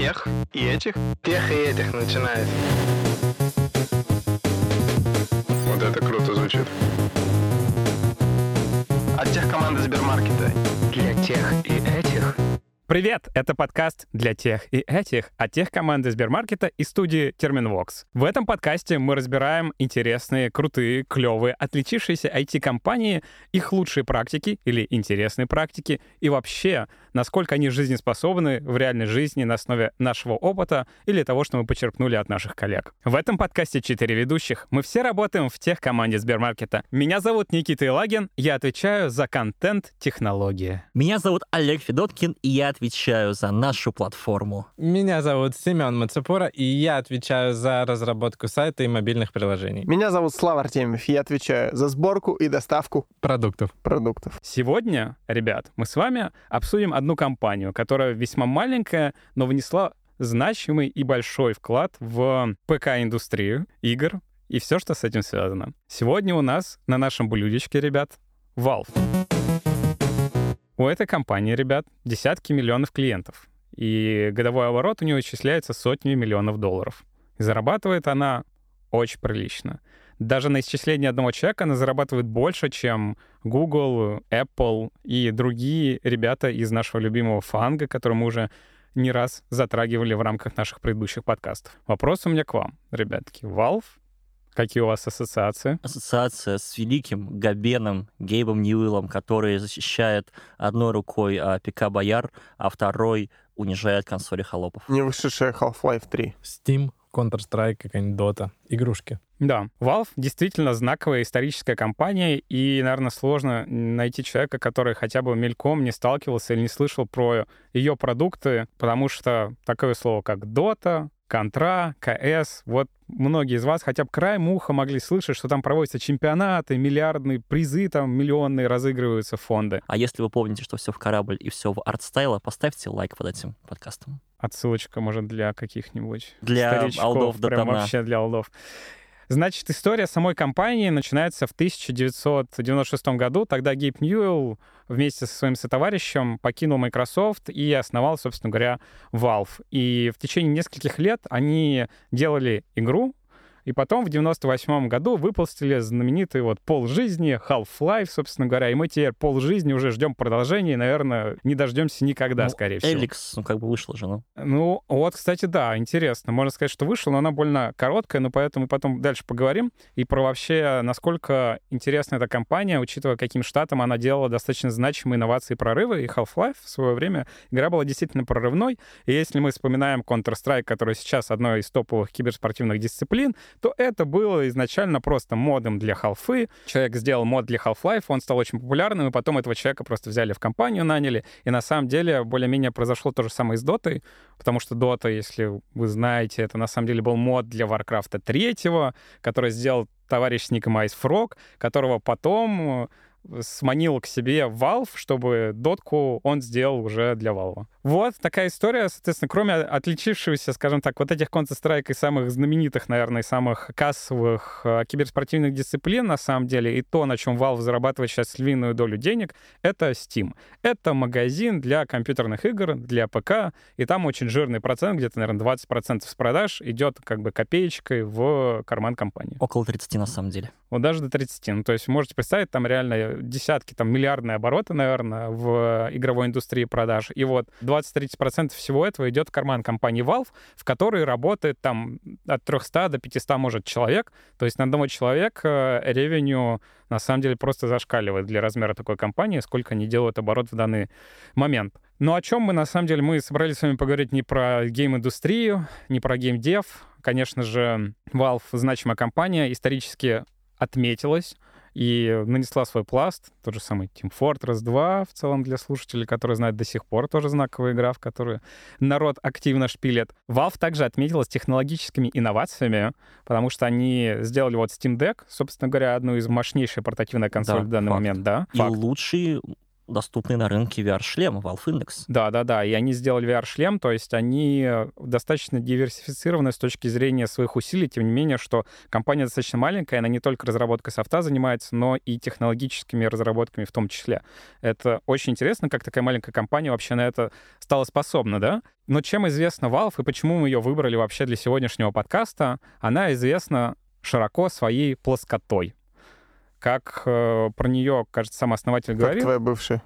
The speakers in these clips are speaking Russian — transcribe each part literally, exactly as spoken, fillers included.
тех и этих. Тех и этих начинает. Вот это круто звучит. От техкоманды Сбермаркета. Для тех и этих. Привет! Это подкаст «Для тех и этих» от техкоманды Сбермаркета и студии Terminvox. В этом подкасте мы разбираем интересные, крутые, клевые, отличившиеся ай ти-компании, их лучшие практики или интересные практики и вообще, насколько они жизнеспособны в реальной жизни на основе нашего опыта или того, что мы почерпнули от наших коллег. В этом подкасте четыре ведущих. Мы все работаем в техкоманде Сбермаркета. Меня зовут Никита Илагин, я отвечаю за контент-технологии. Меня зовут Олег Федоткин, и я отвечаю за нашу платформу. Меня зовут Семен Мацепура, и я отвечаю за разработку сайта и мобильных приложений. Меня зовут Слава Артемьев, я отвечаю за сборку и доставку Продуктов. продуктов. Сегодня, ребят, мы с вами обсудим одну компанию, которая весьма маленькая, но внесла значимый и большой вклад в ПК-индустрию, игр и все, что с этим связано. Сегодня у нас на нашем блюдечке, ребят, Valve. У этой компании, ребят, десятки миллионов клиентов, и годовой оборот у нее исчисляется сотнями миллионов долларов. И зарабатывает она очень прилично. Даже на исчислении одного человека она зарабатывает больше, чем Google, Apple и другие ребята из нашего любимого фанга, который мы уже не раз затрагивали в рамках наших предыдущих подкастов. Вопрос у меня к вам, ребятки. Valve, какие у вас ассоциации? Ассоциация с великим Габеном Гейбом Ньюэллом, который защищает одной рукой а, ПК Бояр, а второй унижает консоли холопов. Не вышедшая Half-Life три. Steam, Counter-Strike, какая-нибудь Dota. Игрушки. Да, Valve действительно знаковая историческая компания, и, наверное, сложно найти человека, который хотя бы мельком не сталкивался или не слышал про ее продукты, потому что такое слово, как Dota, Контра, КС, вот многие из вас хотя бы краем уха могли слышать, что там проводятся чемпионаты, миллиардные призы, там миллионные разыгрываются фонды. А если вы помните, что все в корабль и все в арт-стайла, поставьте лайк под этим подкастом. Отсылочка, может, для каких-нибудь Для старичков, олдов прям Дотана. вообще для олдов. Значит, история самой компании начинается в тысяча девятьсот девяносто шестом году. Тогда Гейб Ньюэлл вместе со своим сотоварищем покинул Microsoft и основал, собственно говоря, Valve. И в течение нескольких лет они делали игру, и потом в девяносто восьмом году выпустили знаменитый вот полжизни, Half-Life, собственно говоря, и мы теперь полжизни уже ждем продолжения, и, наверное, не дождемся никогда, ну, скорее всего. Эликс, ну, как бы вышла же, ну. Ну, вот, кстати, да, интересно. Можно сказать, что вышла, но она больно короткая, но поэтому потом дальше поговорим. И про вообще, насколько интересна эта компания, учитывая, каким штатом она делала достаточно значимые инновации и прорывы. И Half-Life в свое время игра была действительно прорывной. И если мы вспоминаем Counter-Strike, который сейчас одной из топовых киберспортивных дисциплин, то это было изначально просто модом для халфы. Человек сделал мод для Half-Life, он стал очень популярным, и потом этого человека просто взяли в компанию, наняли. И на самом деле более-менее произошло то же самое с Дотой, потому что Дота, если вы знаете, это на самом деле был мод для Warcraft три, который сделал товарищ с ником Ice Frog, которого потом сманил к себе Valve, чтобы дотку он сделал уже для Valve. Вот такая история, соответственно, кроме отличившегося, скажем так, вот этих Counter-Strike и самых знаменитых, наверное, и самых кассовых э, киберспортивных дисциплин, на самом деле, и то, на чем Valve зарабатывает сейчас львиную долю денег, это Steam. Это магазин для компьютерных игр, для ПК, и там очень жирный процент, где-то, наверное, двадцать процентов с продаж идет как бы копеечкой в карман компании. Около тридцати, на самом деле. Вот даже до тридцати. Ну, то есть можете представить, там реально десятки, там миллиардные обороты, наверное, в игровой индустрии продаж. И вот двадцать-тридцать процентов всего этого идет в карман компании Valve, в которой работает там от трехсот до пятисот, может, человек. То есть на одного человека ревеню на самом деле просто зашкаливает для размера такой компании, сколько они делают оборот в данный момент. Но о чем мы, на самом деле, мы собрались с вами поговорить не про гейм-индустрию, не про гейм-дев. Конечно же, Valve — значимая компания, исторически отметилась и нанесла свой пласт. Тот же самый Team Fortress два в целом для слушателей, которые знают до сих пор, тоже знаковая игра, в которую народ активно шпилит. Valve также отметилась технологическими инновациями, потому что они сделали вот Steam Deck, собственно говоря, одну из мощнейших портативных консолей да, в данный факт. момент. Да, и факт. лучший доступный на рынке ви ар-шлем Valve Index. Да-да-да, и они сделали ви ар-шлем, то есть они достаточно диверсифицированы с точки зрения своих усилий, тем не менее, что компания достаточно маленькая, она не только разработкой софта занимается, но и технологическими разработками в том числе. Это очень интересно, как такая маленькая компания вообще на это стала способна, да? Но чем известна Valve и почему мы ее выбрали вообще для сегодняшнего подкаста? Она известна широко своей плоскотой. Как э, про нее, кажется, сам основатель Как говорил. твоя бывшая.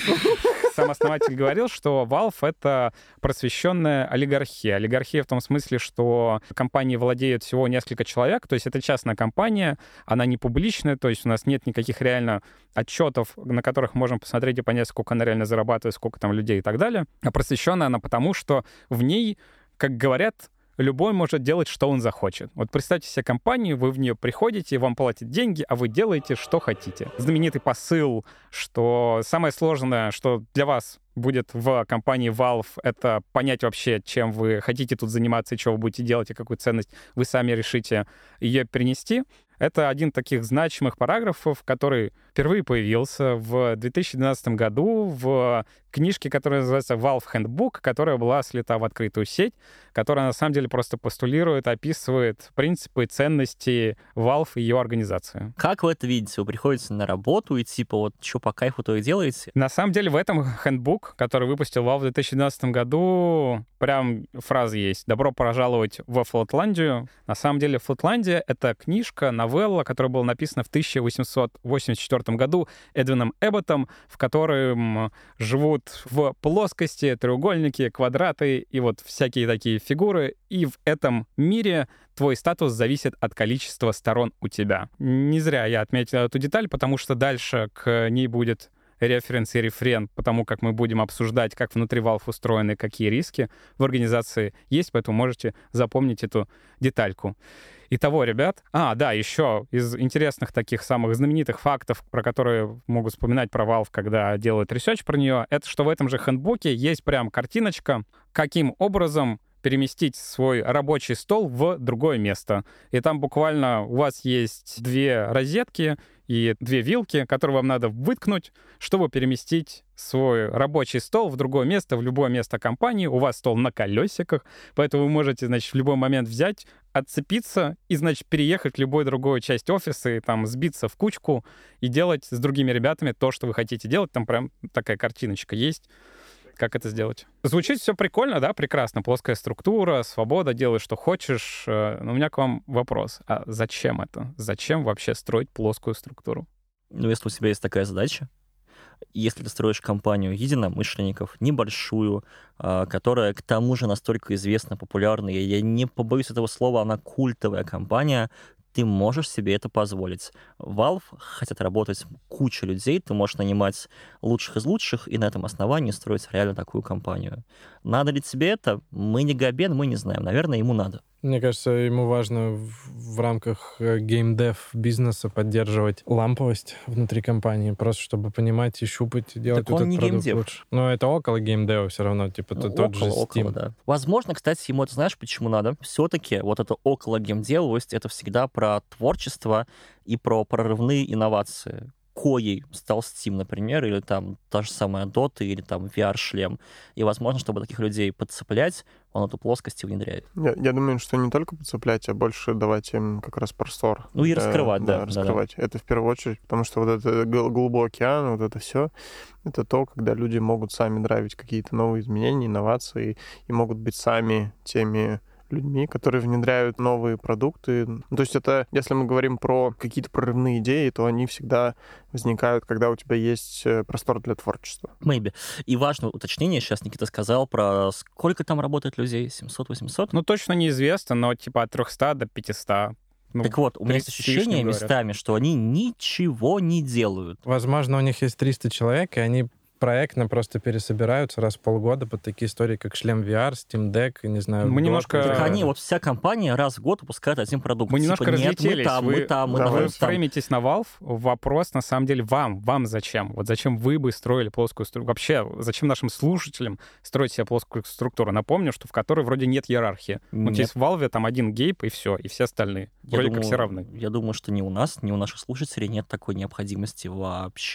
Сам основатель говорил, что Valve — это просвещенная олигархия. Олигархия в том смысле, что компанией владеют всего несколько человек, то есть это частная компания, она не публичная, то есть у нас нет никаких реально отчетов, на которых можем посмотреть и понять, сколько она реально зарабатывает, сколько там людей и так далее. А просвещенная она потому, что в ней, как говорят, любой может делать, что он захочет. Вот представьте себе компанию, вы в нее приходите, вам платят деньги, а вы делаете, что хотите. Знаменитый посыл, что самое сложное, что для вас будет в компании Valve, это понять вообще, чем вы хотите тут заниматься, и что вы будете делать, и какую ценность вы сами решите ее принести. Это один из таких значимых параграфов, который впервые появился в две тысячи двенадцатом году в книжке, которая называется Valve Handbook, которая была слита в открытую сеть, которая на самом деле просто постулирует, описывает принципы и ценности Valve и ее организации. Как вы это видите? Вы приходите на работу и типа вот что по кайфу то и делаете? На самом деле в этом handbook, который выпустил Valve в две тысячи двенадцатом году, прям фраза есть: «Добро пожаловать во Флотландию». На самом деле Флотландия — это книжка, новелла, которая была написана в тысяча восемьсот восемьдесят четвёртом году Эдвином Эбботом, в котором живут в плоскости треугольники, квадраты и вот всякие такие фигуры. И в этом мире твой статус зависит от количества сторон у тебя. Не зря я отметил эту деталь, потому что дальше к ней будет референс и рефрен, потому как мы будем обсуждать, как внутри Valve устроены, какие риски в организации есть, поэтому можете запомнить эту детальку. Итого, ребят... А, да, еще из интересных таких самых знаменитых фактов, про которые могут вспоминать про Valve, когда делают ресерч про нее, это что в этом же хэндбуке есть прям картиночка, каким образом переместить свой рабочий стол в другое место. И там буквально у вас есть две розетки и две вилки, которые вам надо выткнуть, чтобы переместить свой рабочий стол в другое место, в любое место компании. У вас стол на колесиках, поэтому вы можете, значит, в любой момент взять, отцепиться и, значит, переехать в любую другую часть офиса и там сбиться в кучку и делать с другими ребятами то, что вы хотите делать. Там прям такая картиночка есть. Как это сделать? Звучит все прикольно, да, прекрасно. Плоская структура, свобода, делай, что хочешь. Но у меня к вам вопрос. А зачем это? Зачем вообще строить плоскую структуру? Ну, если у тебя есть такая задача, если ты строишь компанию единомышленников, небольшую, которая к тому же настолько известна, популярна, и я не побоюсь этого слова, она культовая компания, ты можешь себе это позволить. Valve хотят работать куча людей, ты можешь нанимать лучших из лучших и на этом основании строить реально такую компанию. Надо ли тебе это? Мы не Габен, мы не знаем. Наверное, ему надо. Мне кажется, ему важно в, в рамках геймдев бизнеса поддерживать ламповость внутри компании, просто чтобы понимать и щупать, и делать так он этот не продукт геймдев. лучше. Но это около геймдева все равно, типа Ну, тот около, же Steam. около, да. Возможно, кстати, ему это знаешь, почему надо? Все-таки вот это около геймдевость, это всегда про творчество и про прорывные инновации. Коей стал Steam, например, или там та же самая Dota, или там ви ар-шлем. И, возможно, чтобы таких людей подцеплять, он эту плоскость внедряет. Я, я думаю, что не только подцеплять, а больше давать им как раз простор. Ну и Да, раскрывать, да. Да, раскрывать. Это в первую очередь, потому что вот это гол- голубой океан, вот это все, это то, когда люди могут сами драйвить какие-то новые изменения, инновации, и могут быть сами теми людьми, которые внедряют новые продукты. Ну, то есть это, если мы говорим про какие-то прорывные идеи, то они всегда возникают, когда у тебя есть простор для творчества. Maybe. И важное уточнение, сейчас Никита сказал про сколько там работает людей, семьсот-восемьсот? Ну, точно неизвестно, но типа от трехсот до пятисот. Ну, так вот, у меня есть тридцать с лишним ощущение говорят. местами, что они ничего не делают. Возможно, у них есть триста человек, и они проектно просто пересобираются раз в полгода под такие истории, как шлем ви ар, Steam Deck, и не знаю... Мы Dota, немножко- и так Так далее. они, вот вся компания раз в год выпускает один продукт. Мы Типа, немножко нет, разлетелись. мы там, Вы- мы там, мы да, там, Вы мы там. фреймитесь на Valve. Вопрос, на самом деле, вам. Вам зачем? Вот зачем вы бы строили плоскую структуру? Вообще, зачем нашим слушателям строить себе плоскую структуру? Напомню, что в которой вроде нет иерархии. Вот Нет. есть в Valve там один гейб, и все, и все остальные. Я Вроде думаю, как все равны. Я думаю, что ни у нас, ни у наших слушателей нет такой необходимости вообще.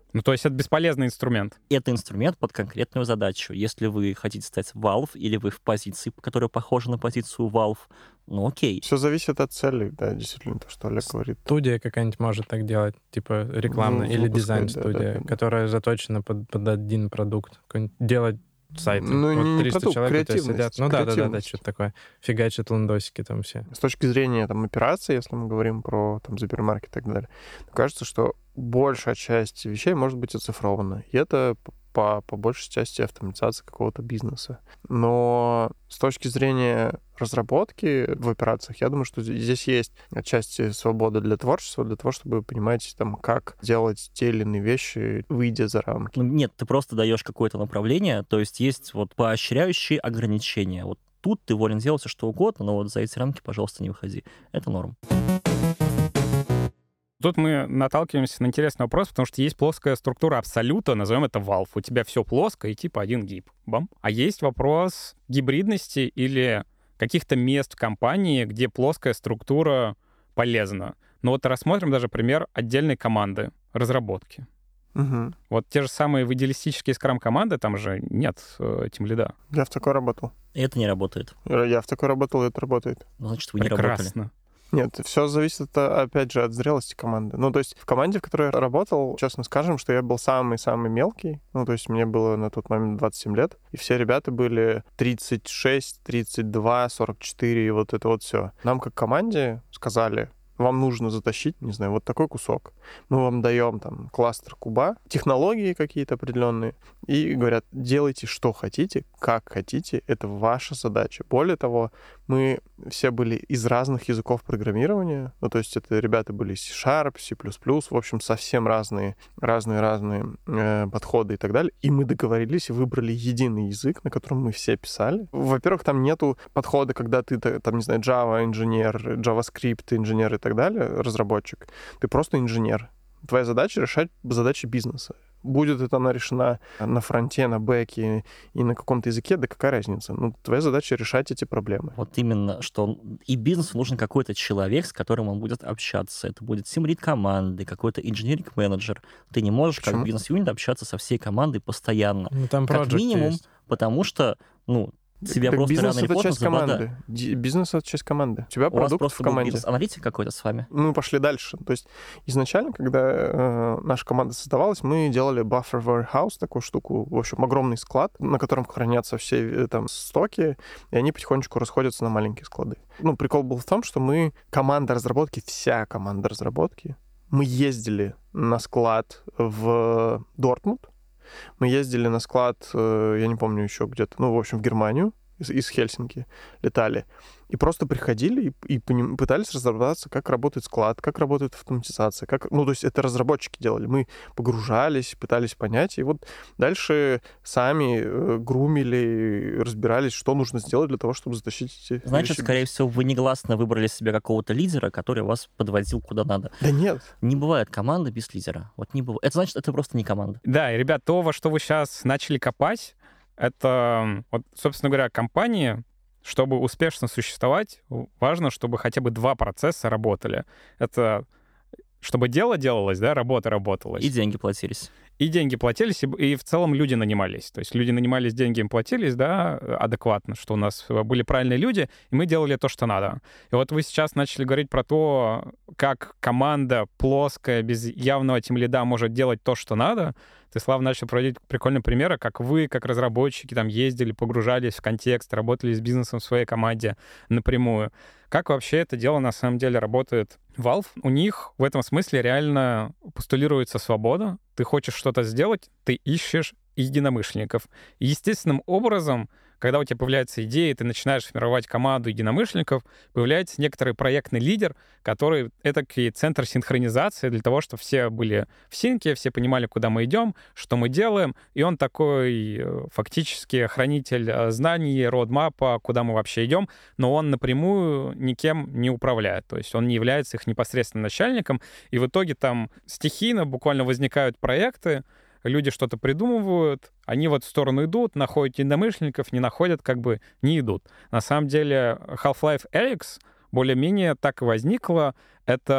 Ну, то есть это бесполезный инструмент. Это инструмент под конкретную задачу. Если вы хотите стать Valve, или вы в позиции, которая похожа на позицию Valve, ну окей. Все зависит от цели, да, действительно, то, что Олег говорит. Студия какая-нибудь может так делать, типа рекламная Ну, или выпускать, дизайн-студия, да, да, да. которая заточена под, под один продукт. Какой-нибудь делать сайты. Ну, Вот не- не триста продукт, человек у тебя креативность, сидят. Ну да, да, да, да, креативность. что-то такое. Фигачат лендосики там все. С точки зрения там, операции, если мы говорим про там, Сбермаркет и так далее, то кажется, что большая часть вещей может быть оцифрована. И это по, по большей части автоматизация какого-то бизнеса. Но с точки зрения разработки в операциях, я думаю, что здесь есть отчасти свобода для творчества, для того, чтобы понимать, там, как делать те или иные вещи, выйдя за рамки. Ну, нет, ты просто даешь какое-то направление, то есть есть вот поощряющие ограничения. Вот тут ты волен делать все, что угодно, но вот за эти рамки, пожалуйста, не выходи. Это норм. Тут мы наталкиваемся на интересный вопрос, потому что есть плоская структура абсолюта, назовем это Valve. У тебя все плоско и типа один гиб. Бам. А есть вопрос гибридности или каких-то мест в компании, где плоская структура полезна. Ну вот рассмотрим даже пример отдельной команды разработки. Угу. Вот те же самые в идеалистические скрам-команды, там же нет э, тимлида. Я в такой работал. И это не работает. Я в такой работал, и это работает. Ну, значит, вы не работали. Прекрасно. Нет, все зависит, опять же, от зрелости команды. Ну, то есть в команде, в которой я работал, честно скажем, что я был самый-самый мелкий. Ну, то есть мне было на тот момент двадцать семь лет, и все ребята были тридцать шесть, тридцать два, сорок четыре, и вот это вот все. Нам как команде сказали: вам нужно затащить, не знаю, вот такой кусок. Мы вам даем там кластер куба, технологии какие-то определенные, и говорят: делайте, что хотите, как хотите, это ваша задача. Более того, мы все были из разных языков программирования, ну, то есть это ребята были C-Sharp, C++, в общем, совсем разные, разные-разные э, подходы и так далее, и мы договорились и выбрали единый язык, на котором мы все писали. Во-первых, там нету подхода, когда ты, там, не знаю, Java инженер, JavaScript инженер и так далее, разработчик. Ты просто инженер. Твоя задача — решать задачи бизнеса. Будет это она решена на фронте, на бэке и на каком-то языке, да какая разница? Ну, твоя задача — решать эти проблемы. Вот именно, что и бизнесу нужен какой-то человек, с которым он будет общаться. Это будет тимлид команды, какой-то инженеринг-менеджер. Ты не можешь Почему? как бизнес-юнит общаться со всей командой постоянно. Ну, там Как project минимум, есть. потому что, ну, тебя Так просто бизнес — рано или это поздно часть забодают. команды. Ди- Бизнес — это часть команды. У тебя У вас продукт просто в был команде. бизнес-аналитик какой-то с вами. Мы пошли дальше. То есть изначально, когда э, наша команда создавалась, мы делали buffer warehouse, такую штуку, в общем, огромный склад, на котором хранятся все э, там стоки, и они потихонечку расходятся на маленькие склады. Ну, прикол был в том, что мы, команда разработки, вся команда разработки, мы ездили на склад в Дортмунд, мы ездили на склад, э, я не помню еще где-то, ну, в общем, в Германию, из, из Хельсинки летали, и просто приходили и, и поним- пытались разобраться, как работает склад, как работает автоматизация, как, ну, то есть это разработчики делали. Мы погружались, пытались понять, и вот дальше сами э, грумили, разбирались, что нужно сделать для того, чтобы затащить эти Значит, вещи. скорее всего, вы негласно выбрали себе какого-то лидера, который вас подводил куда надо. Да нет. Не бывает команды без лидера. Вот не бывает. Это значит, это просто не команда. Да, и, ребят, то, во что вы сейчас начали копать, это, вот, собственно говоря, компании, чтобы успешно существовать, важно, чтобы хотя бы два процесса работали. Это чтобы дело делалось, да, работа работалась. И деньги платились. И деньги платились, и, и в целом люди нанимались. То есть люди нанимались, деньги им платились, да, адекватно, что у нас были правильные люди, и мы делали то, что надо. И вот вы сейчас начали говорить про то, как команда плоская, без явного тимлида может делать то, что надо. Ты, Слава, начал проводить прикольные примеры, как вы, как разработчики, там ездили, погружались в контекст, работали с бизнесом в своей команде напрямую. Как вообще это дело на самом деле работает? Valve, у них в этом смысле реально постулируется свобода. Ты хочешь что-то сделать, ты ищешь единомышленников. И естественным образом, когда у тебя появляется идея, ты начинаешь формировать команду единомышленников, появляется некоторый проектный лидер, который этакий центр синхронизации для того, чтобы все были в синке, все понимали, куда мы идем, что мы делаем, и он такой фактически хранитель знаний, родмапа, куда мы вообще идем, но он напрямую никем не управляет, то есть он не является их непосредственным начальником, и в итоге там стихийно буквально возникают проекты, люди что-то придумывают, они в эту сторону идут, находят единомышленников, не находят, как бы не идут. На самом деле Half-Life Alyx более-менее так и возникло. Это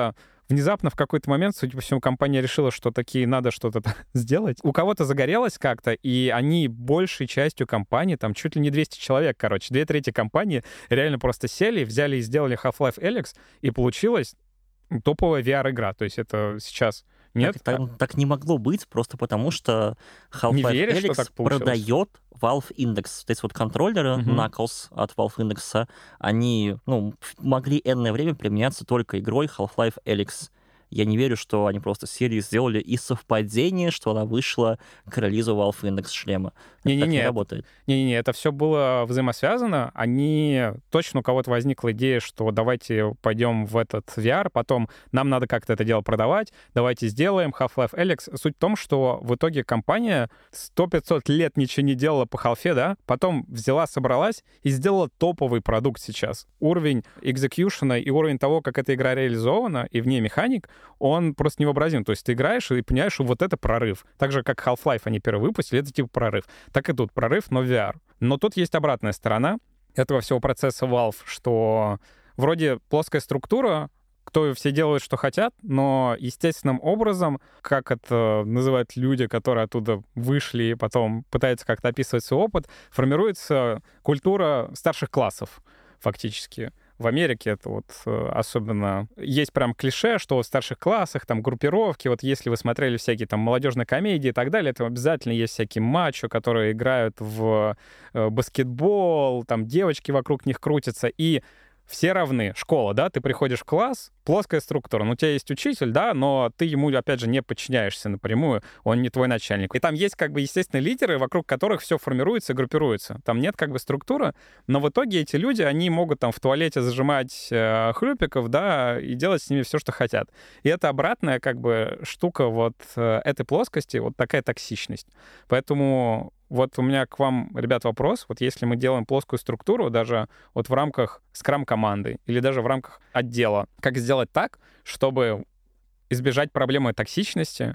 внезапно в какой-то момент, судя по всему, компания решила, что такие надо что-то сделать. У кого-то загорелось как-то, и они большей частью компании, там чуть ли не двести человек, короче, две трети компании реально просто сели, взяли и сделали Half-Life Alyx, и получилась топовая ви ар-игра. То есть это сейчас... Нет? Так, так, так не могло быть, просто потому что Не Half-Life веришь, что Alyx так получилось? продает Valve Index. То есть вот контроллеры Мгм. Knuckles от Valve Index, они ну, могли энное время применяться только игрой Half-Life Alyx. Я не верю, что они просто серию сделали из совпадения, что она вышла к релизу Valve Index шлема. Это так Не-не-не, не это- работает. Не-не-не, это все было взаимосвязано. Они... Точно у кого-то возникла идея, что давайте пойдем в этот ви ар, потом нам надо как-то это дело продавать, давайте сделаем Half-Life Alyx. Суть в том, что в итоге компания сто-пятьсот лет ничего не делала по халфе, да, потом взяла, собралась и сделала топовый продукт сейчас. Уровень экзекьюшена и уровень того, как эта игра реализована, и в ней механик, он просто невообразим. То есть ты играешь и понимаешь, что вот это прорыв. Так же, как Half-Life они первый выпустили, это типа прорыв. Так и тут прорыв, но в ви ар. Но тут есть обратная сторона этого всего процесса Valve, что вроде плоская структура, кто все делают, что хотят, но естественным образом, как это называют люди, которые оттуда вышли и потом пытаются как-то описывать свой опыт, формируется культура старших классов фактически. В Америке это вот э, особенно... Есть прям клише, что в старших классах там группировки, вот если вы смотрели всякие там молодежные комедии и так далее, то обязательно есть всякие мачо, которые играют в э, баскетбол, там девочки вокруг них крутятся, и все равны. Школа, да, ты приходишь в класс, плоская структура. Ну, у тебя есть учитель, да, но ты ему, опять же, не подчиняешься напрямую, он не твой начальник. И там есть, как бы, естественно, лидеры, вокруг которых все формируется и группируется. Там нет, как бы, структуры, но в итоге эти люди, они могут там в туалете зажимать э, хлюпиков, да, и делать с ними все, что хотят. И это обратная, как бы, штука вот э, этой плоскости, вот такая токсичность. Поэтому... Вот у меня к вам, ребят, вопрос. Вот если мы делаем плоскую структуру даже вот в рамках скрам-команды или даже в рамках отдела, как сделать так, чтобы избежать проблемы токсичности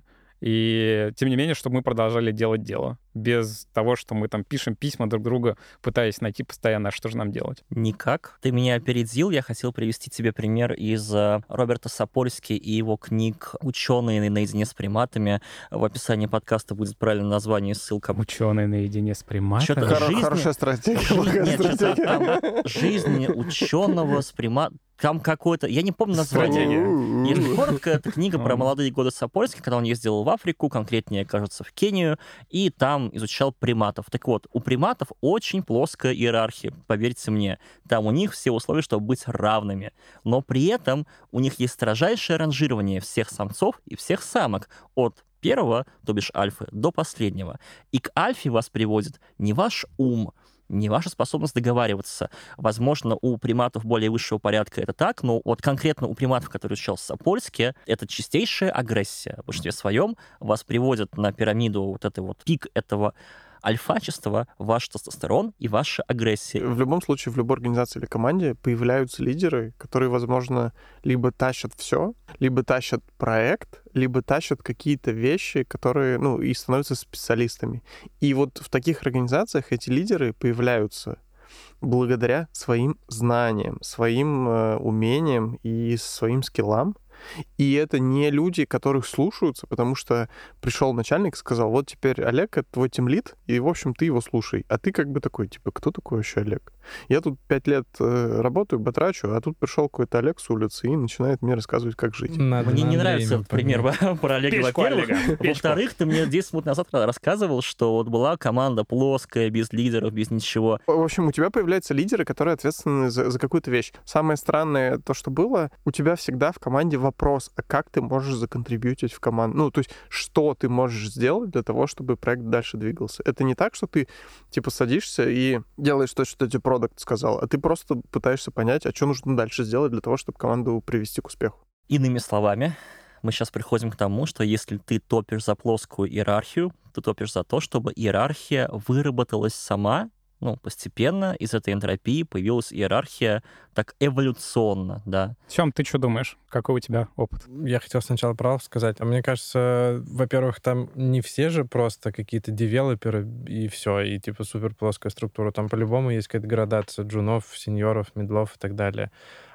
и, тем не менее, чтобы мы продолжали делать дело без того, что мы там пишем письма друг другу, пытаясь найти постоянно, что же нам делать? Никак. Ты меня опередил. Я хотел привести тебе пример из э, Роберта Сапольски и его книг «Ученые наедине с приматами». В описании подкаста будет правильное название и ссылка. Ученые наедине с приматами? Чё-то Хоро- жизни- Хорошая стратегия, Жизнь- плохая нет, что-то стратегия. там жизнь ученого с приматом. Там какой-то... Я не помню название. Стратегия. Если коротко, это книга про молодые годы Сапольски, когда он ездил в Африку, конкретнее, кажется, в Кению, и там изучал приматов. Так вот, у приматов очень плоская иерархия, поверьте мне. Там у них все условия, чтобы быть равными. Но при этом у них есть строжайшее ранжирование всех самцов и всех самок от первого, то бишь альфы, до последнего. И к альфе вас приводит не ваш ум, не ваша способность договариваться. Возможно, у приматов более высшего порядка это так, но вот конкретно у приматов, которые изучал Сапольски, это чистейшая агрессия. В большинстве своем вас приводят на пирамиду вот этой вот пик этого альфачества, ваш тестостерон и ваша агрессия. В любом случае, в любой организации или команде появляются лидеры, которые, возможно, либо тащат все, либо тащат проект, либо тащат какие-то вещи, которые, ну, и становятся специалистами. И вот в таких организациях эти лидеры появляются благодаря своим знаниям, своим э, умениям и своим скиллам. И это не люди, которых слушаются, потому что пришел начальник и сказал, вот теперь Олег — это твой тимлид, и, в общем, ты его слушай. А ты как бы такой, типа, кто такой вообще Олег? Я тут пять лет э, работаю, батрачу, а тут пришел какой-то Олег с улицы и начинает мне рассказывать, как жить. Надо Мне на не Андрея нравится ему этот пример поменять. про Олега, Печку, во-первых. Олега, печку. Во-вторых, ты мне десять минут назад рассказывал, что вот была команда плоская, без лидеров, без ничего. В общем, у тебя появляются лидеры, которые ответственны за, за какую-то вещь. Самое странное то, что было, у тебя всегда в команде вопрос, а как ты можешь законтрибьютить в команду? Ну, то есть, что ты можешь сделать для того, чтобы проект дальше двигался? Это не так, что ты, типа, садишься и делаешь то, что тебе продакт сказал, а ты просто пытаешься понять, а что нужно дальше сделать для того, чтобы команду привести к успеху. Иными словами, мы сейчас приходим к тому, что если ты топишь за плоскую иерархию, ты топишь за то, чтобы иерархия выработалась сама, ну, постепенно из этой энтропии появилась иерархия так эволюционно, да. Сём, ты что думаешь? Какой у тебя опыт? Я хотел сначала про Valve сказать. А мне кажется, во-первых, там не все же просто какие-то девелоперы и все, и типа супер плоская структура. Там по-любому есть какая-то градация джунов, сеньоров, медлов и так далее.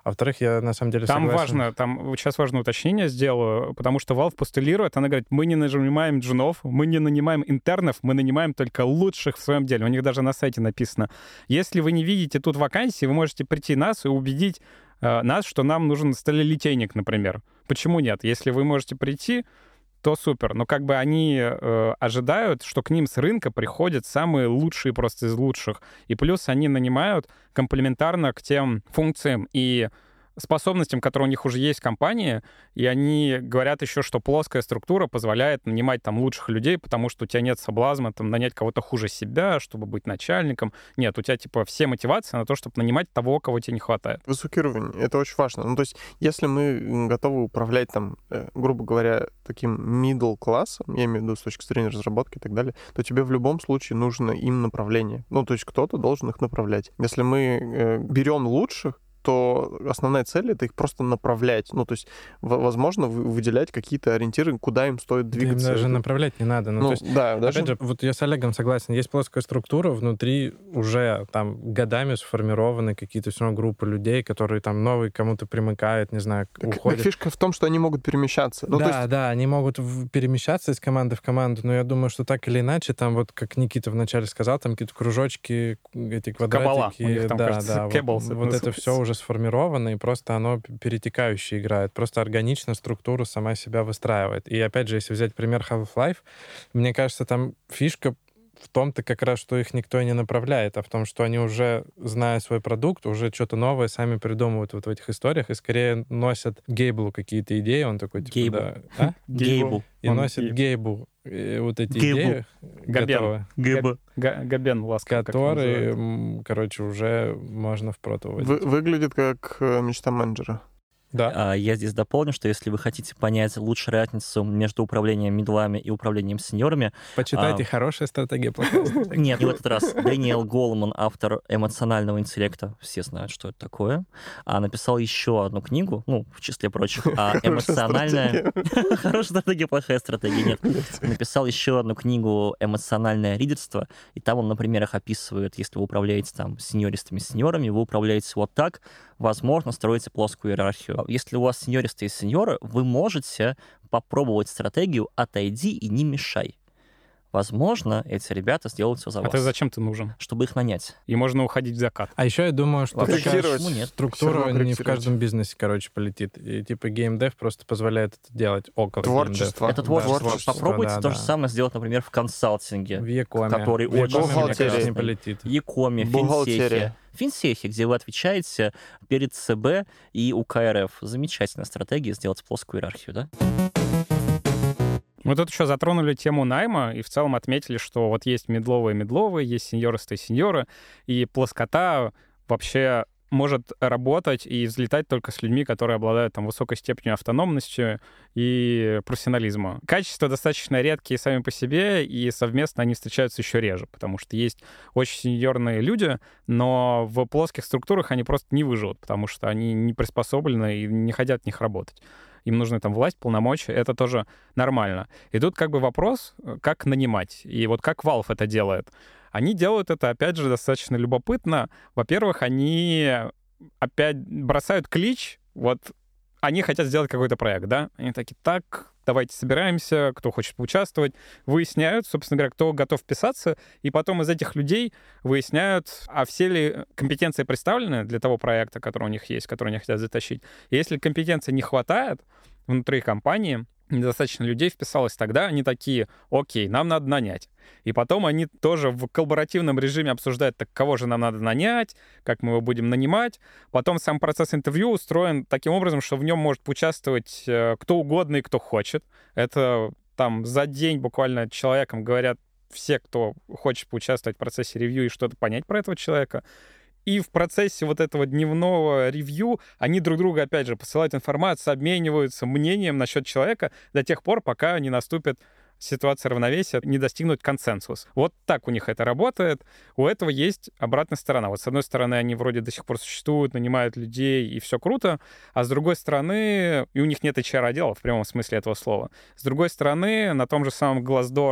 А во-вторых, я на самом деле Там согласен. важно, там сейчас важное уточнение сделаю, потому что Valve постулирует, она говорит, мы не нанимаем джунов, мы не нанимаем интернов, мы нанимаем только лучших в своем деле. У них даже на сайте написано, если вы не видите тут вакансии, вы можете прийти нас и убедить э, нас, что нам нужен сталелитейник, например. Почему нет? Если вы можете прийти, то супер. Но как бы они э, ожидают, что к ним с рынка приходят самые лучшие просто из лучших. И плюс они нанимают комплементарно к тем функциям и способностям, которые у них уже есть в компании, и они говорят еще, что плоская структура позволяет нанимать там лучших людей, потому что у тебя нет соблазна там нанять кого-то хуже себя, чтобы быть начальником. Нет, у тебя типа все мотивации на то, чтобы нанимать того, кого тебе не хватает. Высокий уровень, это очень важно. Ну, то есть, если мы готовы управлять там, э, грубо говоря, таким middle классом, я имею в виду с точки зрения разработки и так далее, то тебе в любом случае нужно им направление. Ну, то есть кто-то должен их направлять. Если мы э, берем лучших, то основная цель — это их просто направлять. Ну, то есть, возможно, выделять какие-то ориентиры, куда им стоит двигаться. Им даже направлять не надо. Ну, ну, то есть, да, даже... Опять же, вот я с Олегом согласен. Есть плоская структура, внутри уже там годами сформированы какие-то все равно группы людей, которые там новые кому-то примыкают, не знаю, так, уходят. Так фишка в том, что они могут перемещаться. Ну, да, то есть... да, они могут перемещаться из команды в команду, но я думаю, что так или иначе, там вот, как Никита вначале сказал, там какие-то кружочки, эти квадратики. Кабала. У них там, да, кажется, да, Kebbles вот, вот это все уже сформировано, и просто оно перетекающе играет. Просто органично структура сама себя выстраивает. И опять же, если взять пример Half-Life, мне кажется, там фишка в том-то как раз, что их никто и не направляет, а в том, что они уже, зная свой продукт, уже что-то новое сами придумывают вот в этих историях и скорее носят Гейблу какие-то идеи. Он такой, типа, Гейбл. да... А? Гейбл. И Он носит Гейб. Гейбу э, вот эти Гейбл. идеи, Габен. готовые, Гейбл. Га- Габен ласково. как его которые, называют. м, короче, уже можно в прото Вы- вводить. выглядит как э, мечта менеджера. Да. А, Я здесь дополню, что если вы хотите понять лучше разницу между управлением мидлами и управлением сеньорами... Почитайте а, «Хорошая стратегия, плохая стратегия». Нет, не в этот раз. Дэниел Голман, автор эмоционального интеллекта, все знают, что это такое, а написал еще одну книгу, ну, в числе прочих, а эмоциональная... Хорошая стратегия, плохая стратегия, нет. Написал еще одну книгу «Эмоциональное лидерство», и там он на примерах описывает, если вы управляете там сеньористыми сеньорами, вы управляете вот так, возможно, строите плоскую иерархию. Если у вас сеньористы и сеньоры, вы можете попробовать стратегию «отойди и не мешай». Возможно, эти ребята сделают все за А вас. ты зачем ты нужен? Чтобы их нанять. И можно уходить в закат. А еще я думаю, что Ладно, такая корректировать. почему нет? Всё структура равно не в корректировать. каждом бизнесе, короче, полетит. И типа геймдев просто позволяет это делать около Творчество. Это Да, творчество. творчество, Попробуйте да, то да. же самое сделать, например, в консалтинге. В Якоме. Который В очень Якоме, мне кажется, не бухгалтерия. полетит. Якоме, Бухгалтерия. финсехе. Финсехе, где вы отвечаете перед ЦБ и УКРФ. Замечательная стратегия сделать плоскую иерархию, да? Мы тут еще затронули тему найма и в целом отметили, что вот есть медловые медловые, есть сеньористые сеньоры, и плоскота вообще может работать и взлетать только с людьми, которые обладают там высокой степенью автономности и профессионализма. Качества достаточно редкие сами по себе, и совместно они встречаются еще реже, потому что есть очень сеньорные люди, но в плоских структурах они просто не выживут, потому что они не приспособлены и не хотят в них работать. Им нужны там власть, полномочия, это тоже нормально. И тут как бы вопрос, как нанимать. И вот как Valve это делает. Они делают это, опять же, достаточно любопытно. Во-первых, они опять бросают клич, вот они хотят сделать какой-то проект, да? Они такие, так, давайте собираемся, кто хочет поучаствовать, выясняют, собственно говоря, кто готов вписаться, и потом из этих людей выясняют, а все ли компетенции представлены для того проекта, который у них есть, который они хотят затащить. И если компетенции не хватает внутри компании, недостаточно людей вписалось, тогда они такие, окей, нам надо нанять. И потом они тоже в коллаборативном режиме обсуждают, так кого же нам надо нанять, как мы его будем нанимать. Потом сам процесс интервью устроен таким образом, что в нем может поучаствовать кто угодно и кто хочет. Это там за день буквально человеком говорят все, кто хочет поучаствовать в процессе ревью и что-то понять про этого человека. И в процессе вот этого дневного ревью они друг друга, опять же, посылают информацию, обмениваются мнением насчет человека до тех пор, пока не наступит ситуация равновесия, не достигнут консенсус. Вот так у них это работает. У этого есть обратная сторона. Вот с одной стороны, они вроде до сих пор существуют, нанимают людей, и все круто, а с другой стороны, и у них нет эйч ар-отдела в прямом смысле этого слова. С другой стороны, на том же самом Glassdoor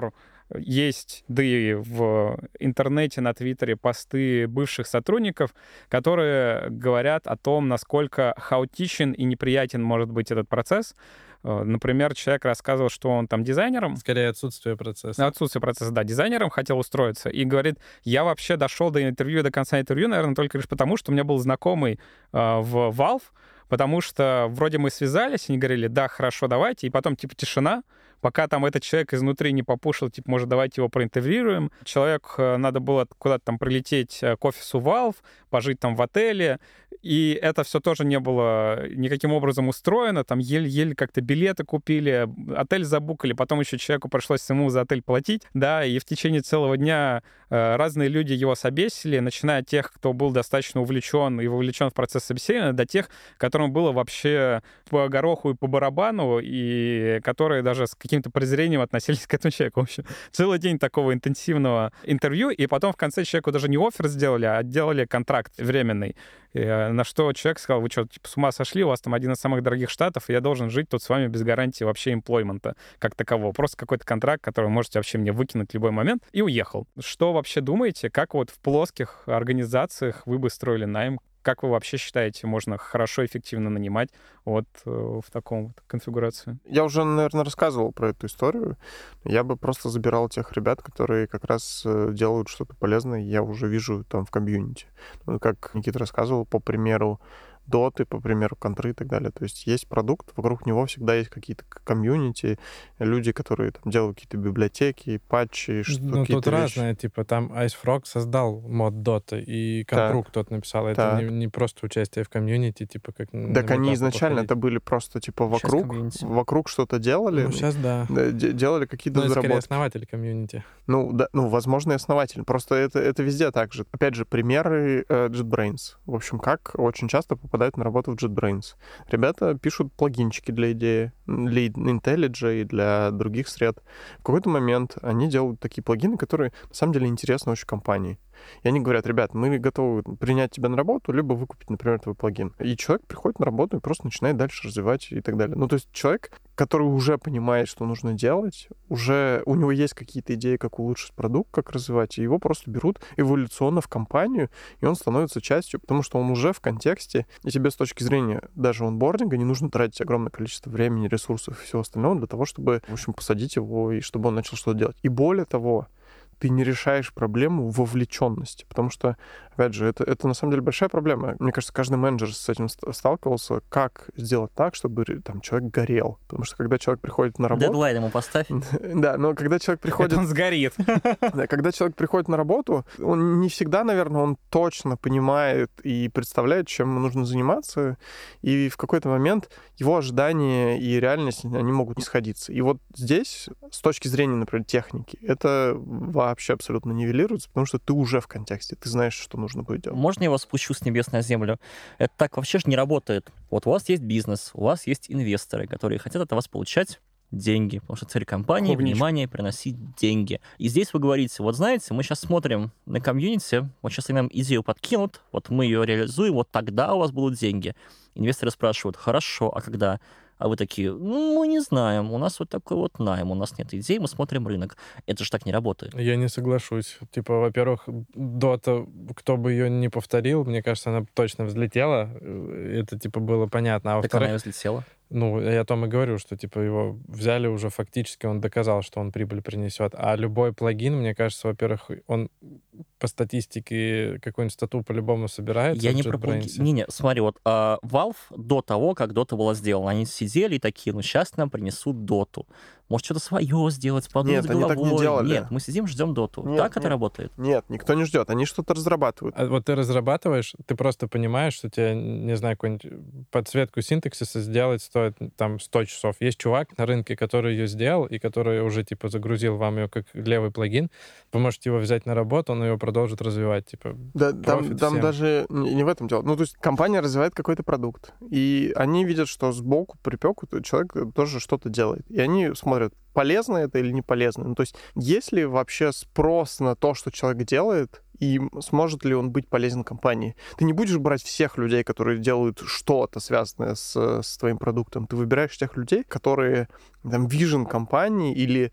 есть, да и в интернете, на Твиттере посты бывших сотрудников, которые говорят о том, насколько хаотичен и неприятен может быть этот процесс. Например, человек рассказывал, что он там дизайнером... Скорее, отсутствие процесса. Отсутствие процесса, да. Дизайнером хотел устроиться. И говорит, я вообще дошел до интервью, до конца интервью, наверное, только лишь потому, что у меня был знакомый э, в Valve, потому что вроде мы связались, они говорили, да, хорошо, давайте, и потом, типа, тишина, пока там этот человек изнутри не попушил, типа, может, давайте его проинтервьюируем. Человек, надо было куда-то там прилететь к офису Valve, пожить там в отеле, и это все тоже не было никаким образом устроено, там еле-еле как-то билеты купили, отель забукали, потом еще человеку пришлось самому за отель платить, да, и в течение целого дня э, разные люди его собесили, начиная от тех, кто был достаточно увлечен и вовлечен в процесс собеседования, до тех, которым было вообще по гороху и по барабану, и которые даже с каким-то презрением относились к этому человеку. В общем, целый день такого интенсивного интервью, и потом в конце человеку даже не оффер сделали, а делали контракт временный. И, на что человек сказал, вы что, типа, с ума сошли, у вас там один из самых дорогих штатов, и я должен жить тут с вами без гарантии вообще эмплоймента как такового. Просто какой-то контракт, который вы можете вообще мне выкинуть в любой момент, и уехал. Что вообще думаете, как вот в плоских организациях вы бы строили найм? Как вы вообще считаете, можно хорошо, эффективно нанимать вот э, в таком вот конфигурации? Я уже, наверное, рассказывал про эту историю. Я бы просто забирал тех ребят, которые как раз делают что-то полезное, я уже вижу там в комьюнити. Ну, как Никита рассказывал, по примеру доты, по примеру контры и так далее. То есть есть продукт, вокруг него всегда есть какие-то комьюнити, люди, которые там делают какие-то библиотеки, патчи, что Ну, какие-то тут вещи. разное, типа, там IceFrog создал мод Dota, и контру кто-то написал. Это не, не просто участие в комьюнити, типа, как... Так они изначально это были просто, типа, вокруг, вокруг что-то делали. Ну, сейчас да. Делали какие-то ну, разработки. скорее основатель комьюнити. Ну, да, ну, возможно, и основатель. Просто это, это везде так же. Опять же, примеры э, JetBrains. В общем, как очень часто попадают на работу в JetBrains. Ребята пишут плагинчики для идеи, для IntelliJ и для других сред. В какой-то момент они делают такие плагины, которые, на самом деле, интересны очень компании. И они говорят, ребят, мы готовы принять тебя на работу, либо выкупить, например, твой плагин. И человек приходит на работу и просто начинает дальше развивать и так далее. Ну, то есть человек, который уже понимает, что нужно делать, уже у него есть какие-то идеи, как улучшить продукт, как развивать, и его просто берут эволюционно в компанию, и он становится частью, потому что он уже в контексте, и тебе с точки зрения даже онбординга не нужно тратить огромное количество времени, ресурсов и всего остального для того, чтобы, в общем, посадить его, и чтобы он начал что-то делать. И более того, ты не решаешь проблему вовлеченности, потому что, опять же, это, это на самом деле большая проблема. Мне кажется, каждый менеджер с этим сталкивался, как сделать так, чтобы там человек горел. Потому что когда человек приходит на работу... Дедлайн ему поставь. Да, но когда человек приходит... Он сгорит. Да, когда человек приходит на работу, он не всегда, наверное, он точно понимает и представляет, чем ему нужно заниматься, и в какой-то момент его ожидания и реальность, они могут не сходиться. И вот здесь, с точки зрения, например, техники, это вообще абсолютно нивелируется, потому что ты уже в контексте, ты знаешь, что нужно будет делать. Можно я вас спущу с небес на землю? Это так вообще же не работает. Вот у вас есть бизнес, у вас есть инвесторы, которые хотят от вас получать деньги, потому что цель компании, Клубничка. внимание, приносить деньги. И здесь вы говорите, вот знаете, мы сейчас смотрим на комьюнити, вот сейчас они нам идею подкинут, вот мы ее реализуем, вот тогда у вас будут деньги. Инвесторы спрашивают, хорошо, а когда? А вы такие, ну, мы не знаем, у нас вот такой вот найм, у нас нет идей, мы смотрим рынок. Это же так не работает. Я не соглашусь. Типа, во-первых, Дота, кто бы ее не повторил, мне кажется, она точно взлетела. Это, типа, было понятно. А Так она и во-вторых, взлетела. ну, я о том и говорю, что, типа, его взяли уже фактически, он доказал, что он прибыль принесет. А любой плагин, мне кажется, во-первых, он по статистике какую-нибудь стату по-любому собирается. Я в не про JetBrains. плагин. Не-не, смотри, вот а, Valve до того, как Dota была сделана, они сидели и такие, ну, сейчас нам принесут Доту. Может, что-то свое сделать, подумать Нет, они головой. так не делали. Нет, мы сидим, ждем Доту. Нет, Так нет. это работает. Нет, никто не ждет, они что-то разрабатывают. А вот ты разрабатываешь, ты просто понимаешь, что тебе, не знаю, какую-нибудь подсветку синтаксиса сделать стоит там сто часов. Есть чувак на рынке, который ее сделал, и который уже, типа, загрузил вам ее как левый плагин. Вы можете его взять на работу, он ее продолжит развивать. Типа, Да, там, профит там всем. даже не не в этом дело. Ну, то есть компания развивает какой-то продукт, и они видят, что сбоку припеку человек тоже что-то делает. И они смотрят, полезно это или не полезно. Ну, то есть есть ли вообще спрос на то, что человек делает, и сможет ли он быть полезен компании? Ты не будешь брать всех людей, которые делают что-то связанное с, с твоим продуктом. Ты выбираешь тех людей, которые там вижен компании или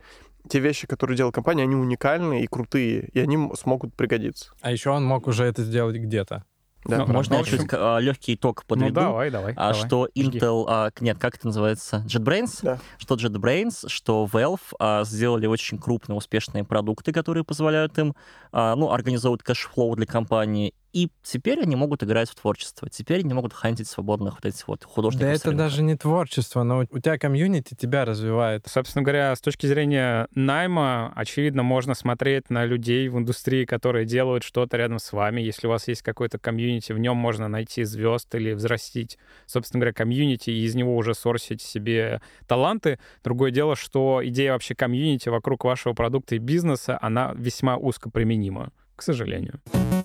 те вещи, которые делает компания, они уникальные и крутые, и они смогут пригодиться. А еще он мог уже это сделать где-то. Да. Ну, Можно в я общем- чуть а, легкий итог Ну, подведу? давай, давай. А давай. что Жги. Intel, а, нет, как это называется? JetBrains? Да. Что JetBrains, что Valve а, сделали очень крупные успешные продукты, которые позволяют им а, ну, организовывать кэшфлоу для компании. И теперь они могут играть в творчество. Теперь они могут хантить свободных вот этих вот художников. Да с это рынка. даже не творчество, но у тебя комьюнити тебя развивает. Собственно говоря, с точки зрения найма, очевидно, можно смотреть на людей в индустрии, которые делают что-то рядом с вами. Если у вас есть какой-то комьюнити, в нем можно найти звезд или взрастить, собственно говоря, комьюнити, и из него уже сорсить себе таланты. Другое дело, что идея вообще комьюнити вокруг вашего продукта и бизнеса, она весьма узко применима, к сожалению.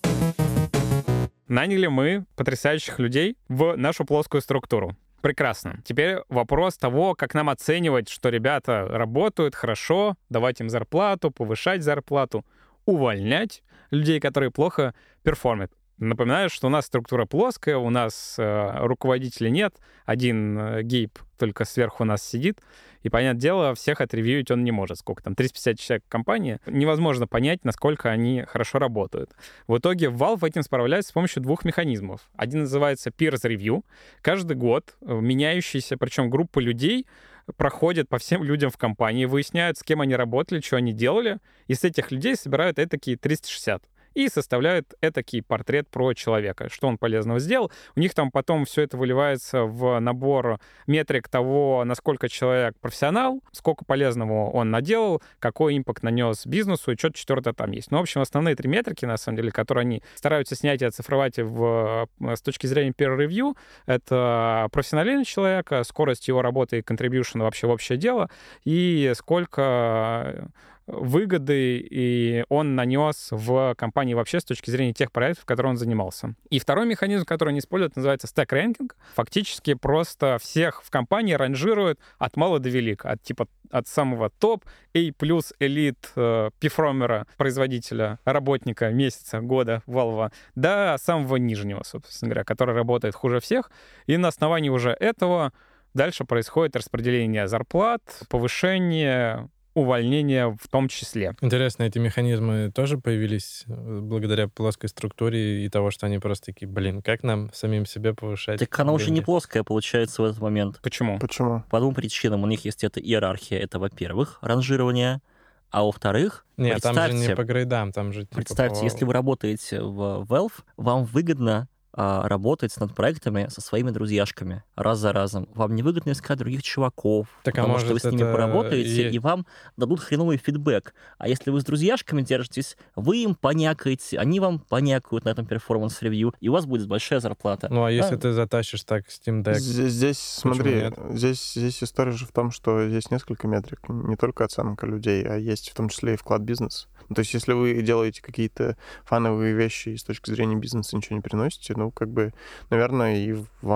Наняли мы потрясающих людей в нашу плоскую структуру. Прекрасно. Теперь вопрос того, как нам оценивать, что ребята работают хорошо, давать им зарплату, повышать зарплату, увольнять людей, которые плохо перформят. Напоминаю, что у нас структура плоская, у нас э, руководителей нет, один э, Гейб только сверху нас сидит, и, понятное дело, всех отревьюить он не может. Сколько там, триста пятьдесят человек в компании, невозможно понять, насколько они хорошо работают. В итоге Valve этим справляется с помощью двух механизмов. Один называется Peers Review. Каждый год меняющаяся, причем группа людей, проходят по всем людям в компании, выясняют, с кем они работали, что они делали, и с этих людей собирают этакие триста шестьдесят. И составляют этакий портрет про человека, что он полезного сделал. У них там потом все это выливается в набор метрик того, насколько человек профессионал, сколько полезного он наделал, какой импакт нанес бизнесу, и что-то четвертое там есть. Ну, в общем, основные три метрики, на самом деле, которые они стараются снять и оцифровать в, с точки зрения peer review, это профессиональность человека, скорость его работы и contribution вообще в общее дело, и сколько выгоды и он нанес в компании вообще с точки зрения тех проектов, в которых он занимался. И второй механизм, который они используют, называется stack-ranking. Фактически просто всех в компании ранжируют от мала до велика, от типа от самого топ, A+, элит, перформера, производителя, работника месяца, года, Valve, до самого нижнего, собственно говоря, который работает хуже всех. И на основании уже этого дальше происходит распределение зарплат, повышение, увольнения в том числе. Интересно, эти механизмы тоже появились благодаря плоской структуре и того, что они просто такие, блин, как нам самим себе повышать Так она уже деньги? не плоская получается в этот момент. Почему? Почему? По двум причинам. У них есть эта иерархия. Это, во-первых, ранжирование, а во-вторых, Нет, там же представьте, не по грейдам, там же типа представьте, по- если вы работаете в Valve, вам выгодно а, работать над проектами со своими друзьяшками раз за разом. Вам не выгодно искать других чуваков, Так, а потому что вы может, с ними это поработаете, и- и вам дадут хреновый фидбэк. А если вы с друзьяшками держитесь, вы им понякаете, они вам понякают на этом перформанс-ревью, и у вас будет большая зарплата. Ну, а если Да. ты затащишь так Steam Deck? Здесь, здесь смотри, нет? здесь, здесь история же в том, что здесь несколько метрик, не только оценка людей, а есть в том числе и вклад бизнеса. Ну, то есть если вы делаете какие-то фановые вещи и с точки зрения бизнеса ничего не приносите, ну, как бы, наверное, и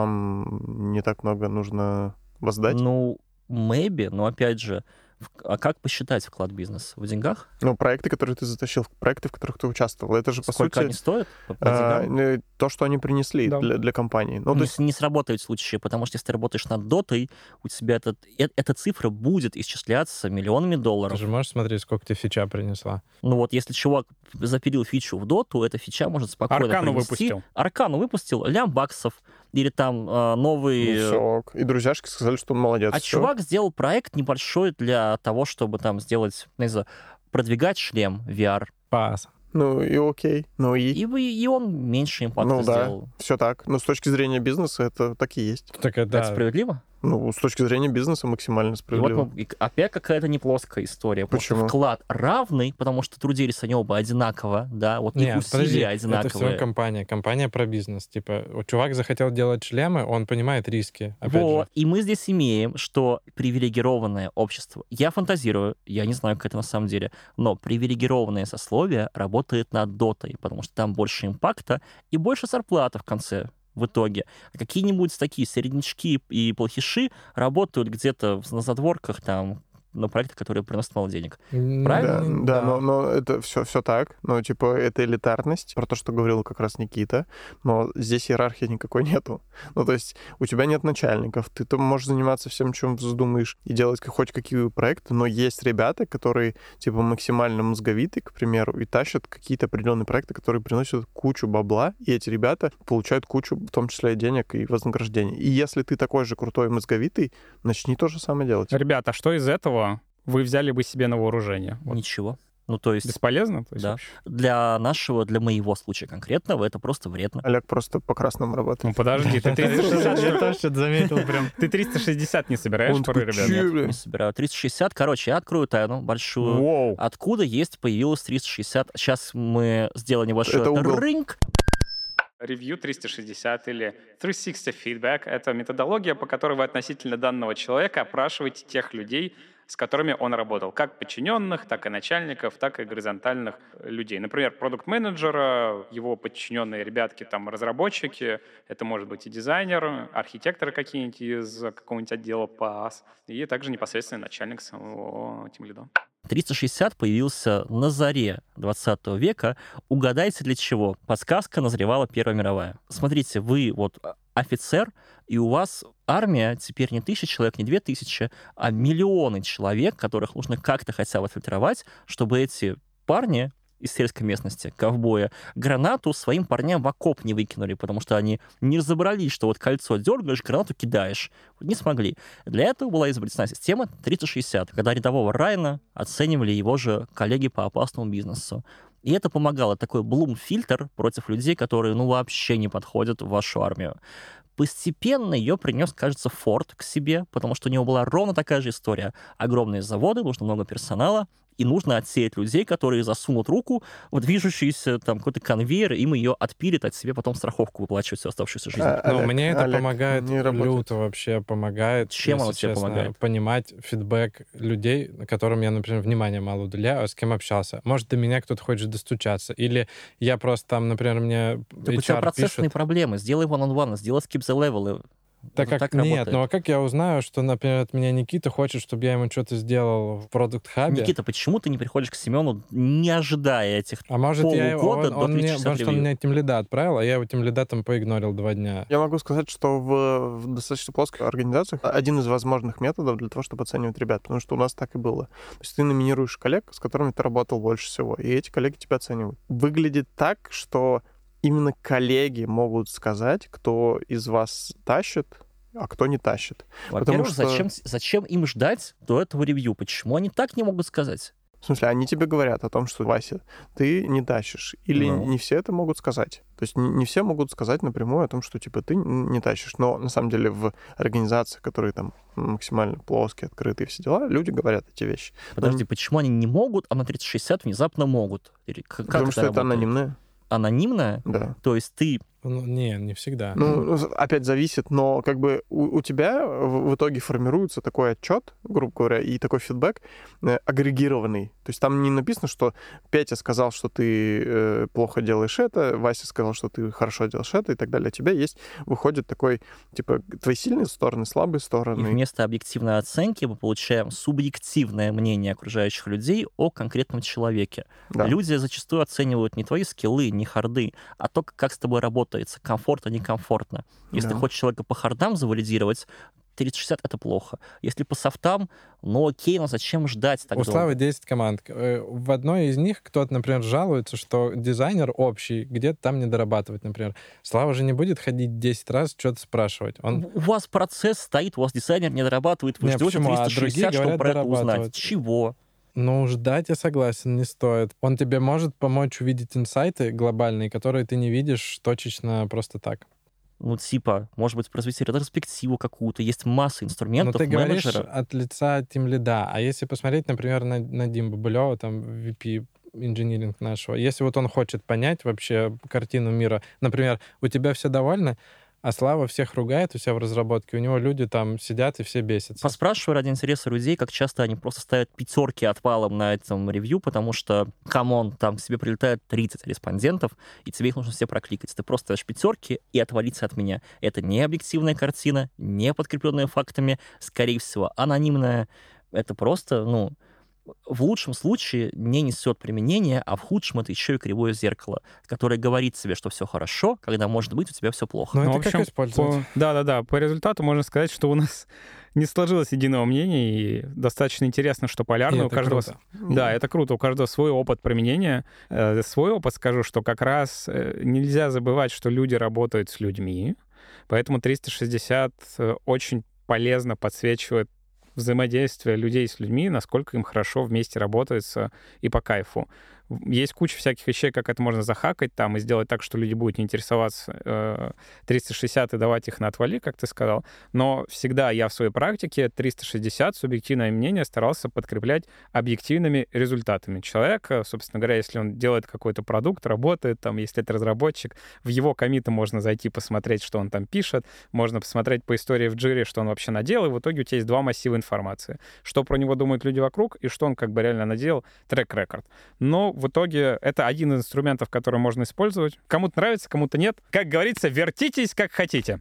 вам не так много нужно воздать. Ну, maybe, но опять же, в- а как посчитать вклад бизнеса? В деньгах? Ну, проекты, которые ты затащил, проекты, в которых ты участвовал, это же, по Сколько сути, они стоят? По- по а, деньгам? э, то, что они принесли Да. для, для компании. Ну, Ну, то есть, не сработает в случае, потому что если ты работаешь над дотой, у тебя этот, э- эта цифра будет исчисляться миллионами Ты долларов. же можешь смотреть, сколько тебе фича принесла. Ну вот, если чувак запилил фичу в доту, эта фича может спокойно Аркану принести- выпустил. Аркану выпустил, лям баксов, или там а, новый... ну, всё ок. И друзьяшки сказали, что он молодец. А всё. чувак сделал проект небольшой для того, чтобы там сделать, не знаю, продвигать шлем ви ар. Пас. Ну, и окей. Ну, и... И, вы- и он меньше импакта Ну да, сделал. все так. Но с точки зрения бизнеса это так и есть. Так это... Это справедливо? Ну, с точки зрения бизнеса максимально И вот справедливо. мы- и опять какая-то неплоская история. Потому что Почему? вклад равный, потому что трудились они оба одинаково, да, вот их Нет, подожди, усилия это все одинаковые. компания. Компания про бизнес. Типа, вот чувак захотел делать шлемы, он понимает риски. Опять Вот. же. И мы здесь имеем, что привилегированное общество, я фантазирую, я не знаю, как это на самом деле, но привилегированное сословие работает над дотой, потому что там больше импакта и больше зарплаты в конце. В итоге. А какие-нибудь такие середнячки и плохиши работают где-то в- на задворках, там, на проекты, которые приносят мало денег. М, Правильно? Да, да, но, но это все, все так. Но, типа, это элитарность, про то, что говорил как раз Никита. Но здесь иерархии никакой нету. Ну, то есть у тебя нет начальников. Ты там можешь заниматься всем, чем вздумаешь, и делать хоть какие проекты, но есть ребята, которые, типа, максимально мозговиты, к примеру, и тащат какие-то определенные проекты, которые приносят кучу бабла, и эти ребята получают кучу, в том числе, денег и вознаграждений. И если ты такой же крутой мозговитый, начни то же самое делать. Ребята, а что из этого вы взяли бы себе на вооружение? Вот. Ничего. Ну, то есть... Бесполезно? То есть Да. вообще? Для нашего, для моего случая конкретного, это просто вредно. Олег просто по красному работает. Ну подожди, ты триста шестьдесят, Я что тоже что-то заметил прям. ты триста шестьдесят не собираешь Он порой, такой, ребят? «Чё, Нет? бля?» Не собираю. триста шестьдесят. Короче, я открою тайну большую. Воу. Откуда есть, появилось триста шестьдесят? Сейчас мы сделаем небольшой Это угол. рынк. Review триста шестьдесят или триста шестьдесят Feedback — это методология, по которой вы относительно данного человека опрашиваете тех людей, с которыми он работал, как подчиненных, так и начальников, так и горизонтальных людей. Например, продукт-менеджера, его подчиненные ребятки, там, разработчики, это может быть и дизайнер, архитекторы какие-нибудь из какого-нибудь отдела пас, и также непосредственно начальник самого тимлида. триста шестьдесят появился на заре двадцатого века. Угадайте для чего? Подсказка: назревала Первая мировая. Смотрите, вы вот офицер, и у вас армия теперь не тысяча человек, не две тысячи, а миллионы человек, которых нужно как-то хотя бы отфильтровать, чтобы эти парни из сельской местности, ковбоя, гранату своим парням в окоп не выкинули, потому что они не разобрались, что вот кольцо дергаешь, гранату кидаешь. Не смогли. Для этого была изобретена система триста шестьдесят, когда рядового Райана оценивали его же коллеги по опасному бизнесу. И это помогало, такой блум-фильтр против людей, которые, ну, вообще не подходят в вашу армию. Постепенно ее принес, кажется, Форд к себе, потому что у него была ровно такая же история. Огромные заводы, нужно много персонала, и нужно отсеять людей, которые засунут руку в движущийся там какой-то конвейер, им ее отпилят, от себе потом страховку выплачивать всю оставшуюся жизнь. А, Ну, Олег, мне это Олег, помогает, не работает. люто вообще помогает. Чем если оно тебе честно, помогает? Понимать фидбэк людей, которым я, например, внимание мало уделяю, а с кем общался. Может, до меня кто-то хочет достучаться. Или я просто там, например, мне Так у тебя эйч ар процессные пишет. проблемы. Сделай one-on-one, сделай skip the level. Так Это как так нет, работает. ну а как я узнаю, что, например, от меня Никита хочет, чтобы я ему что-то сделал в продукт-хабе? Никита, почему ты не приходишь к Семену, не ожидая этих... А может, я его, полугода он, до он мне, триста шестьдесят может, он ревью? меня тимлида отправил, а я его тимлида там поигнорил два дня. Я могу сказать, что в, в достаточно плоских организациях один из возможных методов для того, чтобы оценивать ребят, потому что у нас так и было. То есть ты номинируешь коллег, с которыми ты работал больше всего, и эти коллеги тебя оценивают. Выглядит так, что именно коллеги могут сказать, кто из вас тащит, а кто не тащит. Во-первых, что- зачем, зачем им ждать до этого ревью? Почему они так не могут сказать? В смысле, они тебе говорят о том, что, Вася, ты не тащишь. Или Ну. не все это могут сказать. То есть не, не все могут сказать напрямую о том, что, типа, ты не тащишь. Но, на самом деле, в организациях, которые там максимально плоские, открытые, все дела, люди говорят эти вещи. Подожди, почему они не могут, а на триста шестьдесят внезапно могут? Или к- как Потому что это работает? анонимное. Анонимное? Да. То есть ты... Ну, не, не всегда. Ну, ну, опять зависит, но как бы у, у тебя в, в итоге формируется такой отчет, грубо говоря, и такой фидбэк э, агрегированный. То есть там не написано, что Петя сказал, что ты э, плохо делаешь это, Вася сказал, что ты хорошо делаешь это и так далее. У тебя есть, выходит такой, типа, твои сильные стороны, слабые И стороны. вместо объективной оценки мы получаем субъективное мнение окружающих людей о конкретном человеке. Да. Люди зачастую оценивают не твои скиллы, не харды, а то, как с тобой работается, комфортно, некомфортно. Если Да. ты хочешь человека по хардам завалидировать, триста шестьдесят — это плохо. Если по софтам, ну окей, но зачем ждать так У долго? Славы десять команд. Э, В одной из них кто-то, например, жалуется, что дизайнер общий где-то там не дорабатывает, например. Слава же не будет ходить десять раз что-то спрашивать. Он... У вас процесс стоит, у вас дизайнер не дорабатывает, вы Не, ждете почему? А триста шестьдесят, другие чтобы говорят, про это узнать. дорабатывают. Чего? Ну, ждать, я согласен, не стоит. Он тебе может помочь увидеть инсайты глобальные, которые ты не видишь точечно просто так. Ну, типа, может быть, произвести ретроспективу какую-то. Есть масса Но инструментов ты говоришь менеджера. от лица тимлида. А если посмотреть, например, на, на Диму Бабылева, там, ви пи инжиниринг нашего, если вот он хочет понять вообще картину мира, например, у тебя все довольны, а Слава всех ругает у себя в разработке, у него люди там сидят и все бесятся. Поспрашиваю ради интереса людей, как часто они просто ставят пятерки отвалом на этом ревью, потому что, камон, там к тебе прилетает тридцать респондентов, и тебе их нужно все прокликать. Ты просто ставишь пятерки и отвалиться от меня. Это не объективная картина, не подкрепленная фактами, скорее всего, анонимная. это просто, ну, в лучшем случае не несет применения, а в худшем это еще и кривое зеркало, которое говорит себе, что все хорошо, когда, может быть, у тебя все плохо. Ну, Ну, это в общем, как использовать? по- Да-да-да, по результату можно сказать, что у нас не сложилось единого мнения, и достаточно интересно, что И полярно у это каждого... круто. Да, это круто. У каждого свой опыт применения. Э, Свой опыт скажу, что как раз э, нельзя забывать, что люди работают с людьми, поэтому триста шестьдесят э, очень полезно подсвечивает взаимодействие людей с людьми, насколько им хорошо вместе работается и по кайфу. Есть куча всяких вещей, как это можно захакать там и сделать так, что люди будут не интересоваться э, триста шестьдесят и давать их на отвали, как ты сказал. Но всегда я в своей практике триста шестьдесят, субъективное мнение, старался подкреплять объективными результатами. Человек, э, собственно говоря, если он делает какой-то продукт, работает там, если это разработчик, в его коммиты можно зайти посмотреть, что он там пишет, можно посмотреть по истории в джире, что он вообще наделал, и в итоге у тебя есть два массива информации. Что про него думают люди вокруг, и что он как бы реально наделал, трек-рекорд. Но в итоге это один из инструментов, который можно использовать. Кому-то нравится, кому-то нет. Как говорится, вертитесь как хотите.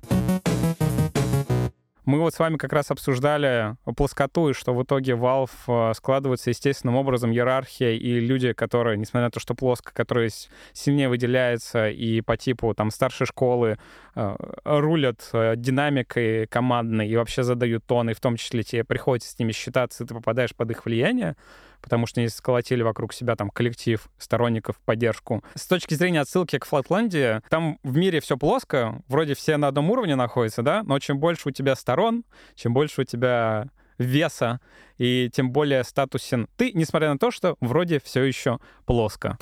Мы вот с вами как раз обсуждали плоскоту, и что в итоге Valve э, складывается естественным образом иерархия, и люди, которые, несмотря на то, что плоско, которые с- сильнее выделяются и по типу там старшей школы э, рулят э, динамикой командной и вообще задают тон, и в том числе тебе приходится с ними считаться, и ты попадаешь под их влияние, потому что они сколотили вокруг себя там коллектив сторонников, поддержку. С точки зрения отсылки к Флатландии, там в мире все плоско, вроде все на одном уровне находятся, да, но чем больше у тебя сторон, чем больше у тебя веса, и тем более статусен ты, несмотря на то, что вроде все еще плоско.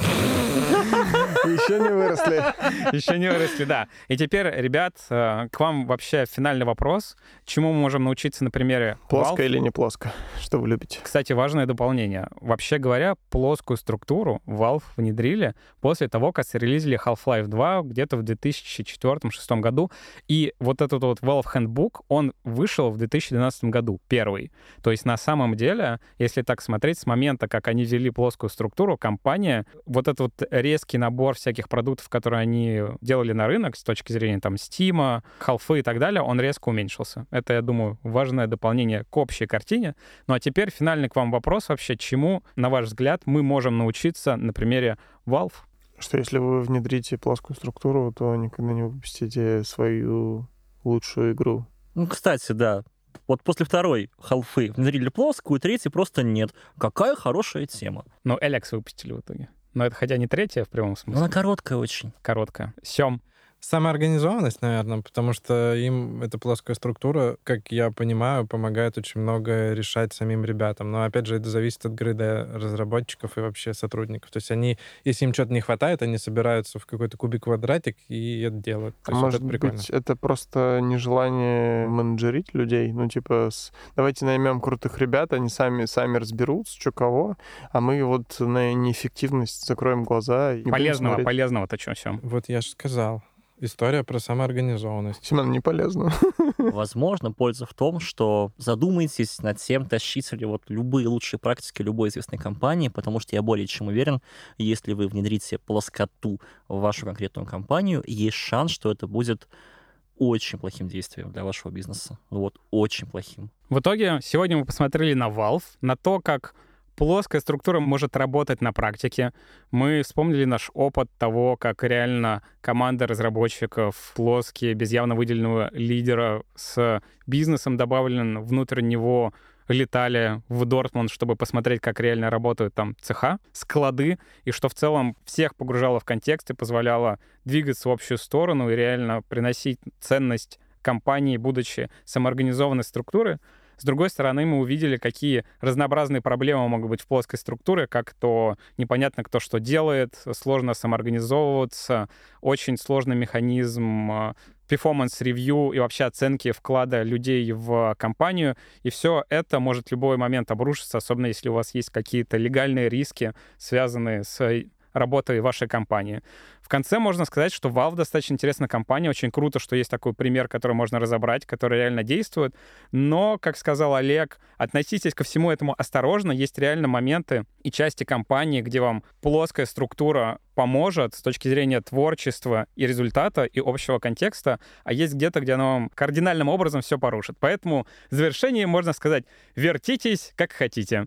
Еще не выросли. Еще не выросли, да. И теперь, ребят, э, к вам вообще финальный вопрос. Чему мы можем научиться на примере Плоско Valve? или не плоско? Что вы любите? Кстати, важное дополнение. Вообще говоря, плоскую структуру Valve внедрили после того, как релизили Half-Life два где-то в две тысячи четвёртом — две тысячи шестом году. И вот этот вот Valve Handbook, он вышел в две тысячи двенадцатом году, первый. То есть на самом деле, если так смотреть, с момента, как они ввели плоскую структуру, компания, вот этот вот резкий набор всяких продуктов, которые они делали на рынок с точки зрения там Steam, Half и так далее, он резко уменьшился. Это, я думаю, важное дополнение к общей картине. Ну а теперь финальный к вам вопрос вообще, чему, на ваш взгляд, мы можем научиться на примере Valve? Что если вы внедрите плоскую структуру, то никогда не выпустите свою лучшую игру. Ну, кстати, да. Вот после второй халфы внедрили плоскую, третьей просто нет. Какая хорошая тема. Ну, Эликс выпустили в итоге. Но это хотя не третья в прямом Но смысле, она короткая очень. короткая. Сем. Самоорганизованность, наверное, потому что им эта плоская структура, как я понимаю, помогает очень много решать самим ребятам. Но, опять же, это зависит от грида разработчиков и вообще сотрудников. То есть они, если им что-то не хватает, они собираются в какой-то кубик-квадратик и это делают. То А есть может это прикольно. быть, это просто нежелание менеджерить людей? Ну, типа, с... давайте наймем крутых ребят, они сами, сами разберутся, что кого, а мы вот на неэффективность закроем глаза. И не будем Полезного, смотреть. полезного-то что, Сем? Вот я же сказал. История про самоорганизованность. Семен, не полезно. Возможно, польза в том, что задумайтесь над тем, тащите ли вот любые лучшие практики любой известной компании, потому что я более чем уверен, если вы внедрите плоскоту в вашу конкретную компанию, есть шанс, что это будет очень плохим действием для вашего бизнеса. Ну вот, очень плохим. В итоге сегодня мы посмотрели на Valve, на то, как плоская структура может работать на практике. Мы вспомнили наш опыт того, как реально команда разработчиков плоские, без явно выделенного лидера с бизнесом добавлен внутрь него, летали в Дортмунд, чтобы посмотреть, как реально работают там цеха, склады, и что в целом всех погружало в контекст и позволяло двигаться в общую сторону и реально приносить ценность компании, будучи самоорганизованной структурой. С другой стороны, мы увидели, какие разнообразные проблемы могут быть в плоской структуре, как то непонятно, кто что делает, сложно самоорганизовываться, очень сложный механизм перформанс-ревью и вообще оценки вклада людей в компанию. И все это может в любой момент обрушиться, особенно если у вас есть какие-то легальные риски, связанные с работы вашей компании. В конце можно сказать, что Valve достаточно интересная компания. Очень круто, что есть такой пример, который можно разобрать, который реально действует. Но, как сказал Олег, относитесь ко всему этому осторожно. Есть реально моменты и части компании, где вам плоская структура поможет с точки зрения творчества и результата, и общего контекста, а есть где-то, где она вам кардинальным образом все порушит. Поэтому в завершении можно сказать: вертитесь как хотите.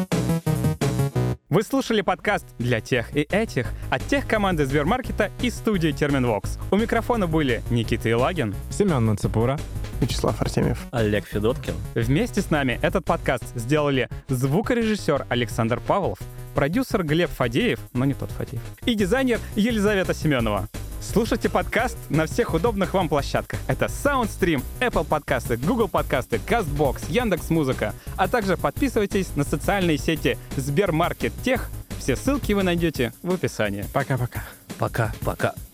Вы слушали подкаст «Для тех и этих» от тех команды Сбермаркета и студии Терминвокс. У микрофона были Никита Илагин, Семен Нацепура, Вячеслав Артемьев. Олег Федоткин. Вместе с нами этот подкаст сделали звукорежиссер Александр Павлов, продюсер Глеб Фадеев, но не тот Фадеев, и дизайнер Елизавета Семенова. Слушайте подкаст на всех удобных вам площадках. Это SoundStream, Apple подкасты, Google подкасты, CastBox, Яндекс.Музыка. А также подписывайтесь на социальные сети Сбермаркет Тех. Все ссылки вы найдете в описании. Пока-пока. Пока-пока.